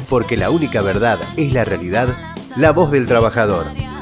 Porque la única verdad es la realidad, La Voz del Trabajador.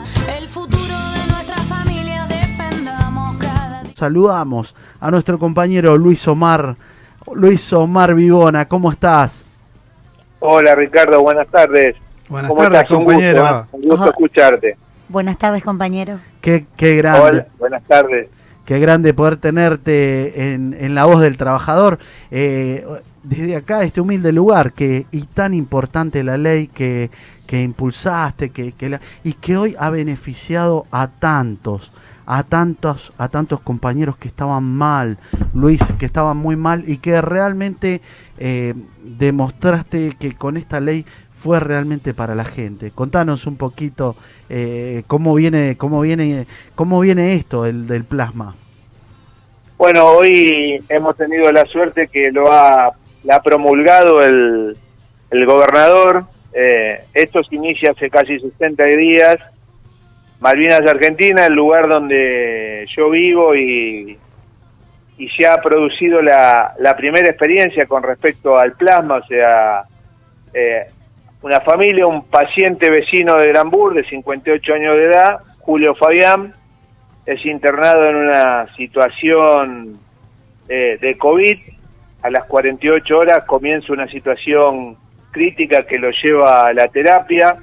Saludamos a nuestro compañero Luis Omar Vivona. ¿Cómo estás? Hola Ricardo, buenas tardes. Buenas tardes, compañero. Un gusto escucharte. Buenas tardes, compañero. Qué grande. Hola, buenas tardes. Qué grande poder tenerte en La Voz del Trabajador. Desde acá, este humilde lugar, y tan importante la ley que impulsaste, y que hoy ha beneficiado a tantos compañeros que estaban mal, Luis, que estaban muy mal, y que realmente demostraste que con esta ley fue realmente para la gente. Contanos un poquito cómo viene esto del plasma. Bueno, hoy hemos tenido la suerte que la ha promulgado el gobernador. Esto se inicia hace casi 60 días. Malvinas Argentina, el lugar donde yo vivo y se ha producido la primera experiencia con respecto al plasma, o sea, una familia, un paciente vecino de Granbur de 58 años de edad, Julio Fabián, es internado en una situación de COVID. A las 48 horas comienza una situación crítica que lo lleva a la terapia.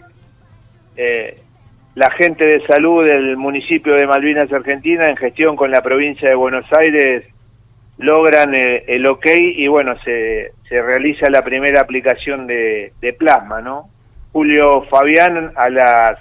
La gente de salud del municipio de Malvinas Argentina, en gestión con la provincia de Buenos Aires, logran el ok y bueno, se realiza la primera aplicación de plasma, ¿no? Julio Fabián a las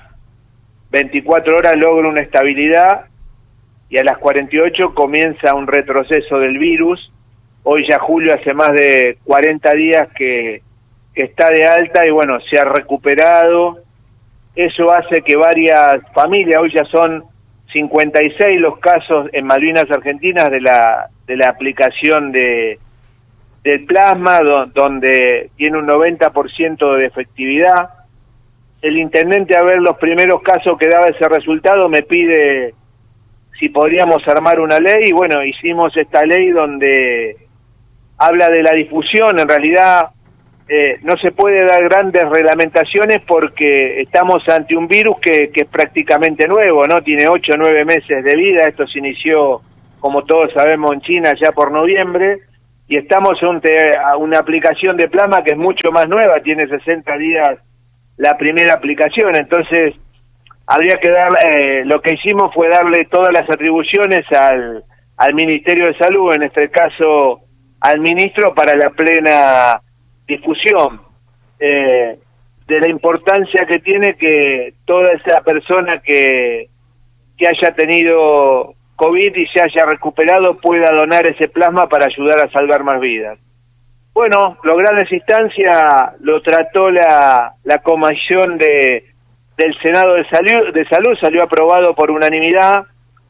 24 horas logra una estabilidad y a las 48 comienza un retroceso del virus. Hoy ya Julio hace más de 40 días que está de alta y bueno, se ha recuperado. Eso hace que varias familias, hoy ya son 56 los casos en Malvinas Argentinas de la aplicación del plasma, donde tiene un 90% de efectividad. El intendente, a ver los primeros casos que daba ese resultado, me pide si podríamos armar una ley, y bueno, hicimos esta ley donde habla de la difusión. En realidad no se puede dar grandes reglamentaciones porque estamos ante un virus que es prácticamente nuevo, ¿no? Tiene 8 o 9 meses de vida. Esto se inició, como todos sabemos, en China ya por noviembre, y estamos ante una aplicación de plasma que es mucho más nueva, tiene 60 días la primera aplicación. Entonces habría que lo que hicimos fue darle todas las atribuciones al Ministerio de Salud, en este caso al ministro, para la plena difusión de la importancia que tiene que toda esa persona que haya tenido COVID y se haya recuperado pueda donar ese plasma para ayudar a salvar más vidas. Bueno, lograda esa instancia, lo trató la comisión del Senado de Salud, salió aprobado por unanimidad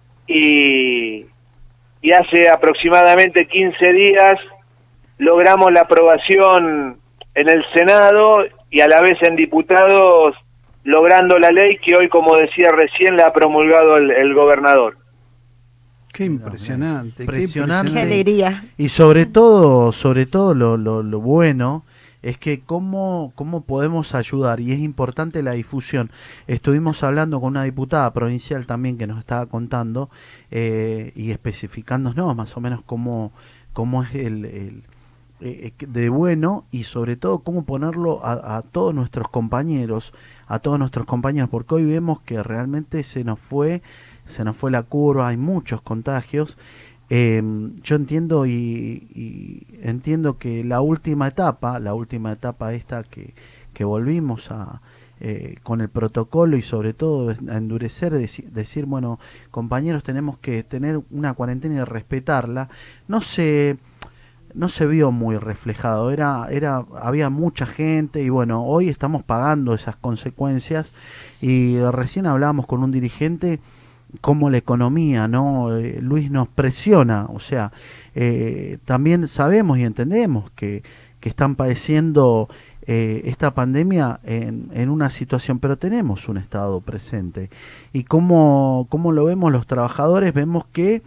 y hace aproximadamente 15 días logramos la aprobación en el Senado y a la vez en diputados, logrando la ley que hoy, como decía recién, la ha promulgado el gobernador. Qué impresionante. Qué alegría. Y sobre todo lo bueno es que cómo podemos ayudar, y es importante la difusión. Estuvimos hablando con una diputada provincial también que nos estaba contando y especificándonos más o menos cómo es el de bueno, y sobre todo cómo ponerlo a todos nuestros compañeros, porque hoy vemos que realmente se nos fue la curva, hay muchos contagios. Yo entiendo y entiendo que la última etapa esta que volvimos con el protocolo, y sobre todo a endurecer, decir, bueno, compañeros, tenemos que tener una cuarentena y respetarla, no se vio muy reflejado. Había mucha gente, y bueno, hoy estamos pagando esas consecuencias. Y recién hablábamos con un dirigente cómo la economía, ¿no? Luis, nos presiona, o sea, también sabemos y entendemos que están padeciendo esta pandemia en una situación, pero tenemos un Estado presente. Y cómo lo vemos los trabajadores, vemos que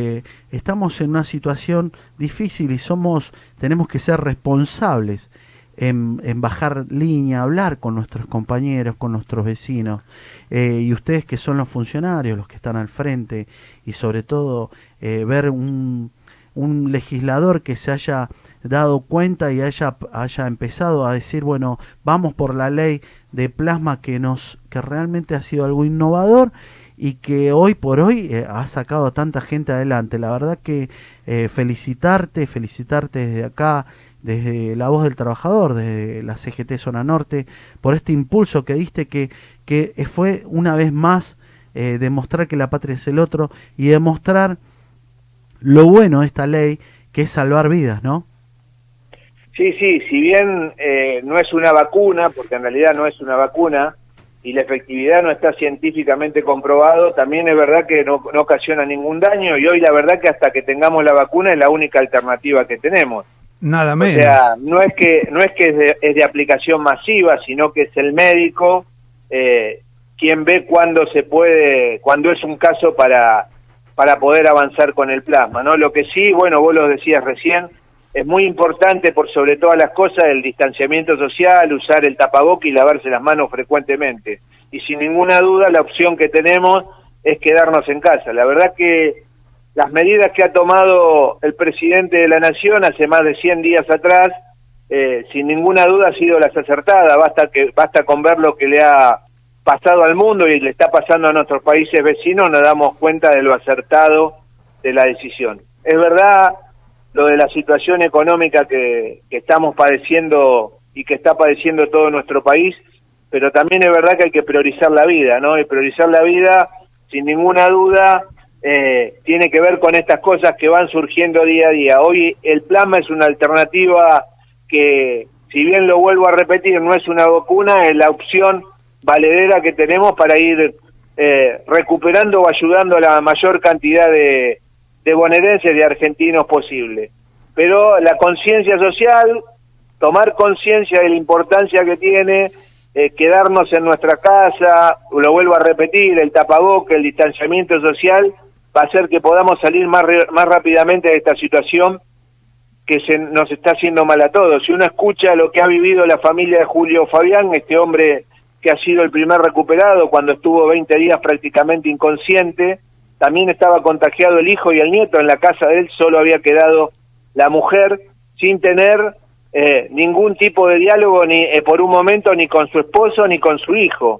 estamos en una situación difícil y tenemos que ser responsables. en bajar línea, hablar con nuestros compañeros, con nuestros vecinos, y ustedes que son los funcionarios, los que están al frente, y sobre todo ver un legislador que se haya dado cuenta y haya empezado a decir, bueno, vamos por la ley de plasma que realmente ha sido algo innovador y que hoy por hoy ha sacado a tanta gente adelante. La verdad que felicitarte desde acá, desde La Voz del Trabajador, desde la CGT Zona Norte, por este impulso que diste, que fue una vez más demostrar que la patria es el otro y demostrar lo bueno de esta ley, que es salvar vidas, ¿no? Sí, si bien no es una vacuna, porque en realidad no es una vacuna, y la efectividad no está científicamente comprobado, también es verdad que no ocasiona ningún daño, y hoy la verdad que hasta que tengamos la vacuna es la única alternativa que tenemos. Nada menos. O sea, no es que es de aplicación masiva, sino que es el médico quien ve cuándo se puede, cuando es un caso para poder avanzar con el plasma, ¿no? Lo que sí, bueno, vos lo decías recién, es muy importante por sobre todas las cosas el distanciamiento social, usar el tapaboca y lavarse las manos frecuentemente. Y sin ninguna duda la opción que tenemos es quedarnos en casa. La verdad que las medidas que ha tomado el presidente de la Nación hace más de 100 días atrás, sin ninguna duda ha sido las acertadas. Basta con ver lo que le ha pasado al mundo y le está pasando a nuestros países vecinos, nos damos cuenta de lo acertado de la decisión. Es verdad lo de la situación económica que estamos padeciendo y que está padeciendo todo nuestro país, pero también es verdad que hay que priorizar la vida, ¿no? Y priorizar la vida, sin ninguna duda, tiene que ver con estas cosas que van surgiendo día a día. Hoy el plasma es una alternativa que, si bien lo vuelvo a repetir, no es una vacuna, es la opción valedera que tenemos para ir recuperando o ayudando a la mayor cantidad de bonaerenses, de argentinos posible. Pero la conciencia social, tomar conciencia de la importancia que tiene, quedarnos en nuestra casa, lo vuelvo a repetir, el tapaboca, el distanciamiento social, va a hacer que podamos salir más rápidamente de esta situación que nos está haciendo mal a todos. Si uno escucha lo que ha vivido la familia de Julio Fabián, este hombre que ha sido el primer recuperado cuando estuvo 20 días prácticamente inconsciente, también estaba contagiado el hijo y el nieto, en la casa de él solo había quedado la mujer, sin tener ningún tipo de diálogo ni por un momento ni con su esposo ni con su hijo,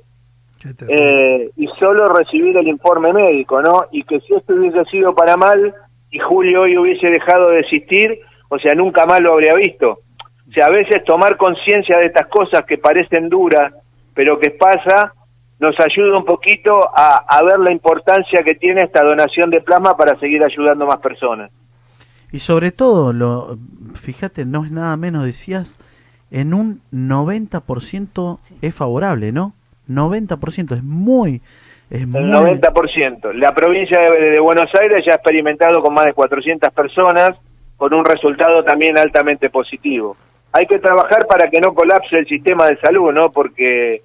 y solo recibir el informe médico, ¿no? Y que si esto hubiese sido para mal y Julio hoy hubiese dejado de existir, o sea, nunca más lo habría visto. O sea, a veces tomar conciencia de estas cosas que parecen duras, pero que pasa, nos ayuda un poquito a ver la importancia que tiene esta donación de plasma para seguir ayudando a más personas. Y sobre todo, fíjate, no es nada menos, decías, en un 90% es favorable, ¿no? 90%, es muy... El 90%. La provincia de Buenos Aires ya ha experimentado con más de 400 personas, con un resultado también altamente positivo. Hay que trabajar para que no colapse el sistema de salud, ¿no? Porque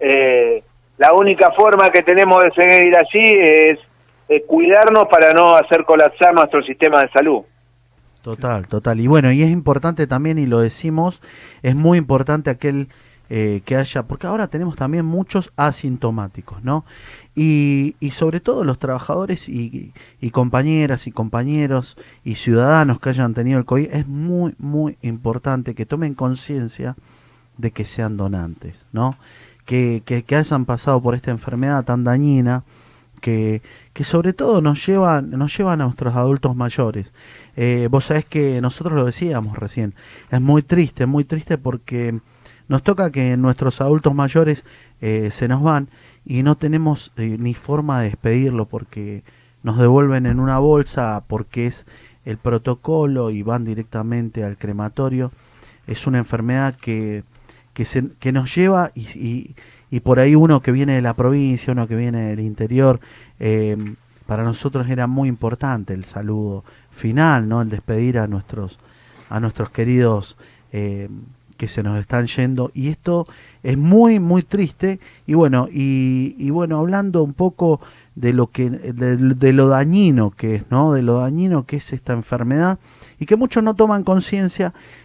la única forma que tenemos de seguir así es cuidarnos para no hacer colapsar nuestro sistema de salud. Total. Y bueno, y es importante también, y lo decimos, es muy importante aquel que haya, porque ahora tenemos también muchos asintomáticos, ¿no? Y sobre todo los trabajadores y compañeras y compañeros y ciudadanos que hayan tenido el COVID, es muy, muy importante que tomen conciencia de que sean donantes, ¿no? Que hayan pasado por esta enfermedad tan dañina, que sobre todo nos llevan a nuestros adultos mayores. Vos sabés que nosotros lo decíamos recién, es muy triste porque nos toca que nuestros adultos mayores se nos van y no tenemos ni forma de despedirlo, porque nos devuelven en una bolsa, porque es el protocolo y van directamente al crematorio. Es una enfermedad que nos lleva y por ahí uno que viene de la provincia, uno que viene del interior, para nosotros era muy importante el saludo final, ¿no? El despedir a nuestros queridos que se nos están yendo, y esto es muy, muy triste. Y bueno, hablando un poco de lo dañino que es, ¿no? De lo dañino que es esta enfermedad, y que muchos no toman conciencia,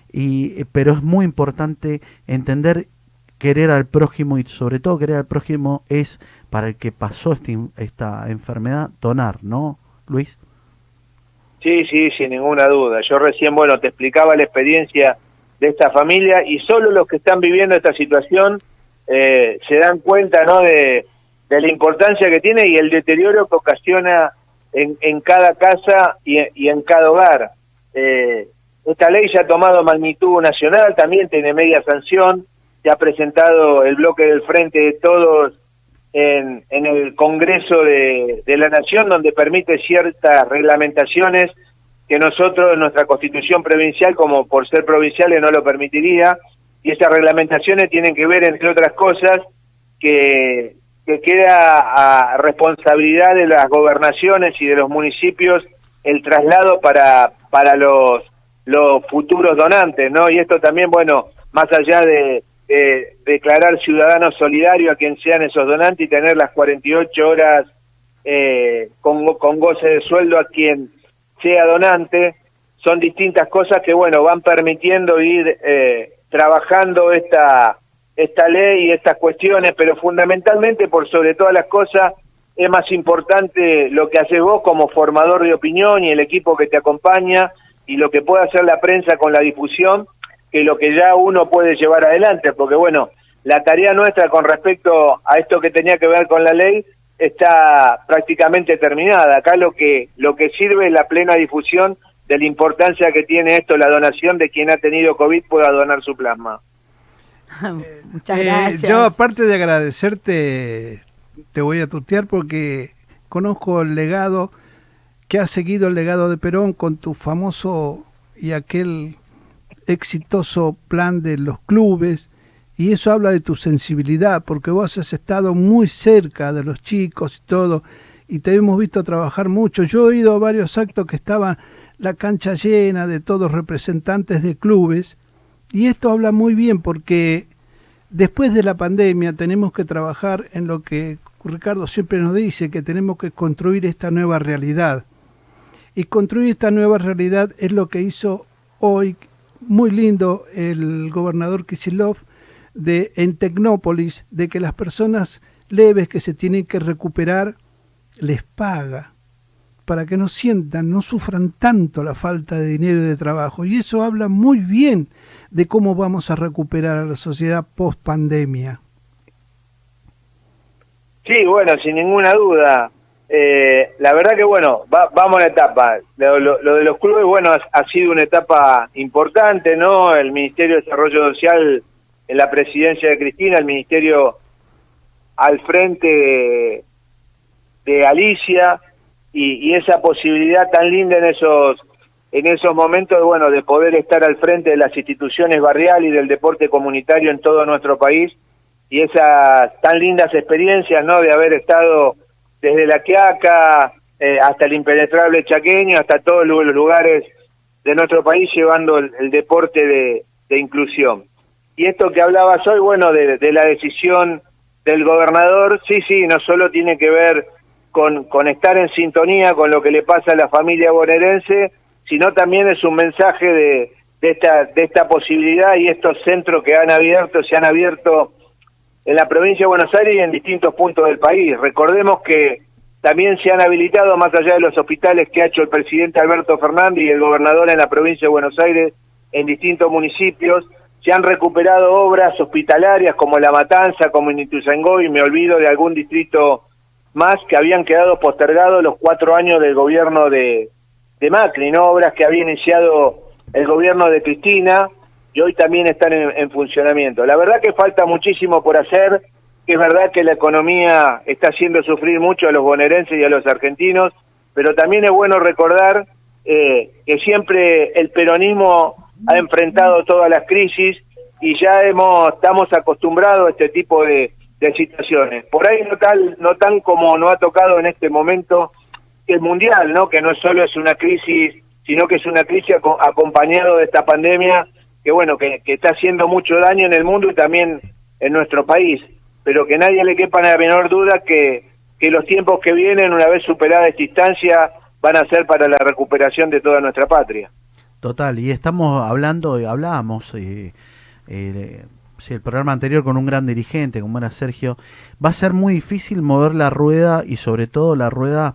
pero es muy importante entender querer al prójimo, y sobre todo querer al prójimo es para el que pasó esta enfermedad, donar, ¿no, Luis? Sí, sí, sin ninguna duda. Yo recién, te explicaba la experiencia de esta familia, y solo los que están viviendo esta situación se dan cuenta, ¿no?, de la importancia que tiene y el deterioro que ocasiona en cada casa y en cada hogar. Esta ley ya ha tomado magnitud nacional, también tiene media sanción, se ha presentado el bloque del Frente de Todos en el Congreso de la Nación, donde permite ciertas reglamentaciones que nosotros, en nuestra Constitución provincial, como por ser provinciales, no lo permitiría, y esas reglamentaciones tienen que ver, entre otras cosas, que queda a responsabilidad de las gobernaciones y de los municipios el traslado para los futuros donantes, ¿no? Y esto también, más allá de declarar ciudadano solidario a quien sean esos donantes y tener las 48 horas con goce de sueldo a quien sea donante, son distintas cosas que, van permitiendo ir trabajando esta ley y estas cuestiones, pero fundamentalmente, por sobre todas las cosas, es más importante lo que haces vos como formador de opinión y el equipo que te acompaña y lo que puede hacer la prensa con la difusión, que lo que ya uno puede llevar adelante, porque la tarea nuestra con respecto a esto que tenía que ver con la ley está prácticamente terminada. Acá lo que sirve es la plena difusión de la importancia que tiene esto, la donación de quien ha tenido COVID pueda donar su plasma. Muchas gracias. Yo, aparte de agradecerte, te voy a tutear porque conozco el legado que has seguido, el legado de Perón con tu famoso y aquel exitoso plan de los clubes, y eso habla de tu sensibilidad, porque vos has estado muy cerca de los chicos y todo, y te hemos visto trabajar mucho. Yo he ido a varios actos que estaba la cancha llena de todos representantes de clubes, y esto habla muy bien porque después de la pandemia tenemos que trabajar en lo que Ricardo siempre nos dice, que tenemos que construir esta nueva realidad. Y construir esta nueva realidad es lo que hizo hoy muy lindo el gobernador Kicillof en Tecnópolis, de que las personas leves que se tienen que recuperar les paga, para que no sientan, no sufran tanto la falta de dinero y de trabajo. Y eso habla muy bien de cómo vamos a recuperar a la sociedad post pandemia. Sí, sin ninguna duda. La verdad que vamos a la etapa. Lo de los clubes, ha sido una etapa importante, ¿no? El Ministerio de Desarrollo Social en la presidencia de Cristina, el Ministerio al frente de Alicia, y esa posibilidad tan linda en esos momentos, de poder estar al frente de las instituciones barriales y del deporte comunitario en todo nuestro país, y esas tan lindas experiencias, ¿no? De haber estado desde La Quiaca hasta el impenetrable chaqueño, hasta todos los lugares de nuestro país llevando el deporte de inclusión. Y esto que hablabas hoy, de la decisión del gobernador, sí, no solo tiene que ver con estar en sintonía con lo que le pasa a la familia bonaerense, sino también es un mensaje de esta posibilidad y estos centros que se han abierto en la provincia de Buenos Aires y en distintos puntos del país. Recordemos que también se han habilitado, más allá de los hospitales que ha hecho el presidente Alberto Fernández y el gobernador en la provincia de Buenos Aires, en distintos municipios, se han recuperado obras hospitalarias como La Matanza, como en Ituzaingó, y me olvido de algún distrito más que habían quedado postergados los 4 años del gobierno de Macri, ¿no? Obras que había iniciado el gobierno de Cristina y hoy también están en funcionamiento. La verdad que falta muchísimo por hacer, que es verdad que la economía está haciendo sufrir mucho a los bonaerenses y a los argentinos, pero también es bueno recordar que siempre el peronismo ha enfrentado todas las crisis y ya estamos acostumbrados a este tipo de situaciones. Por ahí no tan como nos ha tocado en este momento, que es mundial, ¿no? Que no solo es una crisis, sino que es una crisis acompañado de esta pandemia que está haciendo mucho daño en el mundo y también en nuestro país, pero que nadie le quepa la menor duda que los tiempos que vienen, una vez superada esta instancia, van a ser para la recuperación de toda nuestra patria. Total, y estamos hablábamos, sí, el programa anterior con un gran dirigente como era Sergio. Va a ser muy difícil mover la rueda y sobre todo la rueda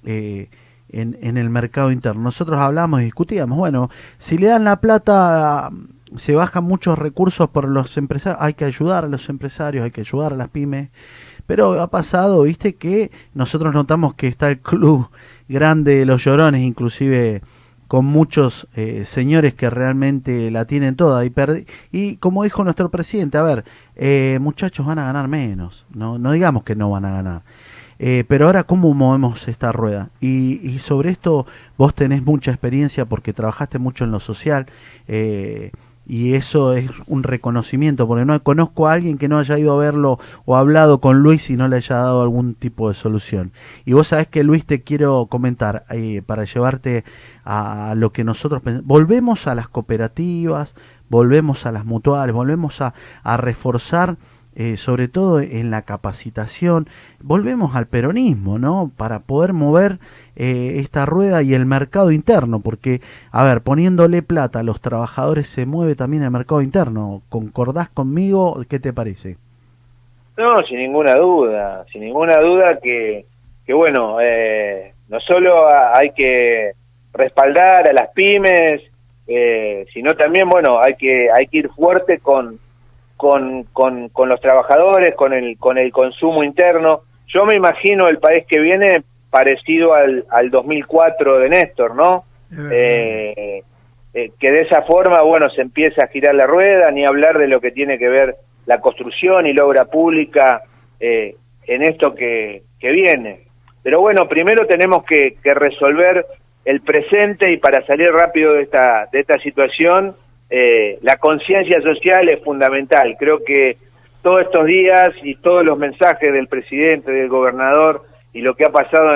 en el mercado interno. Nosotros hablamos y discutíamos, bueno, si le dan la plata, se bajan muchos recursos por los empresarios, hay que ayudar a los empresarios, hay que ayudar a las pymes, pero ha pasado, viste, que nosotros notamos que está el club grande de los llorones, inclusive con muchos señores que realmente la tienen toda y como dijo nuestro presidente, a ver, muchachos, van a ganar menos, no digamos que no van a ganar. Pero ahora, ¿cómo movemos esta rueda? Y sobre esto vos tenés mucha experiencia porque trabajaste mucho en lo social, y eso es un reconocimiento, porque no conozco a alguien que no haya ido a verlo o hablado con Luis y no le haya dado algún tipo de solución. Y vos sabés que, Luis, te quiero comentar, para llevarte a lo que nosotros pensamos. Volvemos a las cooperativas, volvemos a las mutuales, volvemos a reforzar, sobre todo en la capacitación, volvemos al peronismo, ¿no? Para poder mover esta rueda y el mercado interno, porque, a ver, poniéndole plata a los trabajadores se mueve también el mercado interno. ¿Concordás conmigo? ¿Qué te parece? No, sin ninguna duda que bueno, no solo hay que respaldar a las pymes, sino también, bueno, hay que ir fuerte con los trabajadores, con el consumo interno. Yo me imagino el país que viene parecido al 2004 de Néstor, ¿no? Que de esa forma, bueno, se empieza a girar la rueda, ni hablar de lo que tiene que ver la construcción y la obra pública en esto que viene. Pero bueno, primero tenemos que resolver el presente, y para salir rápido de esta situación, la conciencia social es fundamental. Creo que todos estos días y todos los mensajes del presidente, del gobernador y lo que ha pasado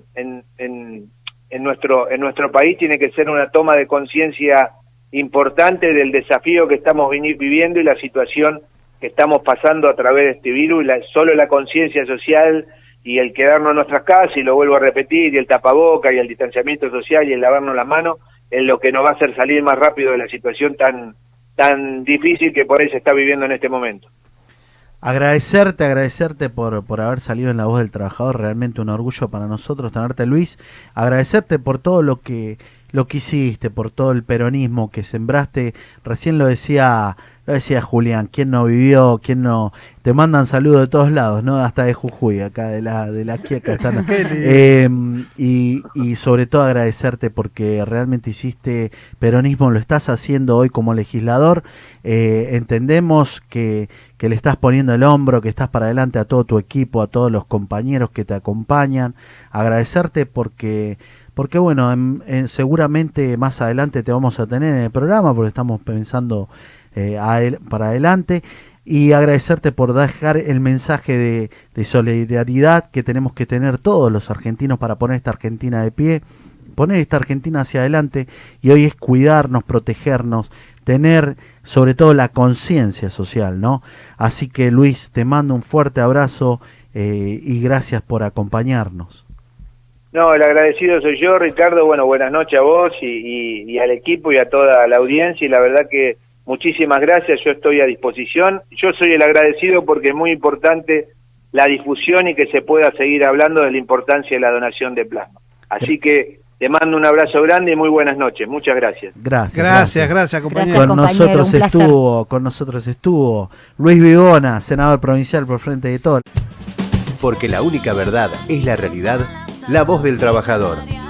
en nuestro país tiene que ser una toma de conciencia importante del desafío que estamos viviendo y la situación que estamos pasando a través de este virus. Solo la conciencia social y el quedarnos en nuestras casas, y lo vuelvo a repetir, y el tapaboca y el distanciamiento social y el lavarnos las manos, es lo que nos va a hacer salir más rápido de la situación tan difícil que por ahí se está viviendo en este momento. Agradecerte por haber salido en La Voz del Trabajador, realmente un orgullo para nosotros tenerte, Luis. Agradecerte por todo lo que hiciste, por todo el peronismo que sembraste. Recién lo decía Julián, quién no vivió, quién no. Te mandan saludos de todos lados, ¿no? Hasta de Jujuy, acá de la Quiaca están. Y sobre todo agradecerte porque realmente hiciste peronismo, lo estás haciendo hoy como legislador. Entendemos que le estás poniendo el hombro, que estás para adelante a todo tu equipo, a todos los compañeros que te acompañan. Agradecerte porque bueno, seguramente más adelante te vamos a tener en el programa, porque estamos pensando para adelante, y agradecerte por dejar el mensaje de solidaridad que tenemos que tener todos los argentinos para poner esta Argentina de pie, poner esta Argentina hacia adelante, y hoy es cuidarnos, protegernos, tener sobre todo la conciencia social, ¿no? Así que, Luis, te mando un fuerte abrazo y gracias por acompañarnos. No, el agradecido soy yo, Ricardo. Bueno, buenas noches a vos y al equipo y a toda la audiencia, y la verdad que muchísimas gracias, yo estoy a disposición. Yo soy el agradecido porque es muy importante la difusión y que se pueda seguir hablando de la importancia de la donación de plasma. Así que te mando un abrazo grande y muy buenas noches. Muchas gracias. Gracias, compañero. Con nosotros estuvo Luis Vigona, senador provincial por Frente de Todos. Porque la única verdad es la realidad. La Voz del Trabajador.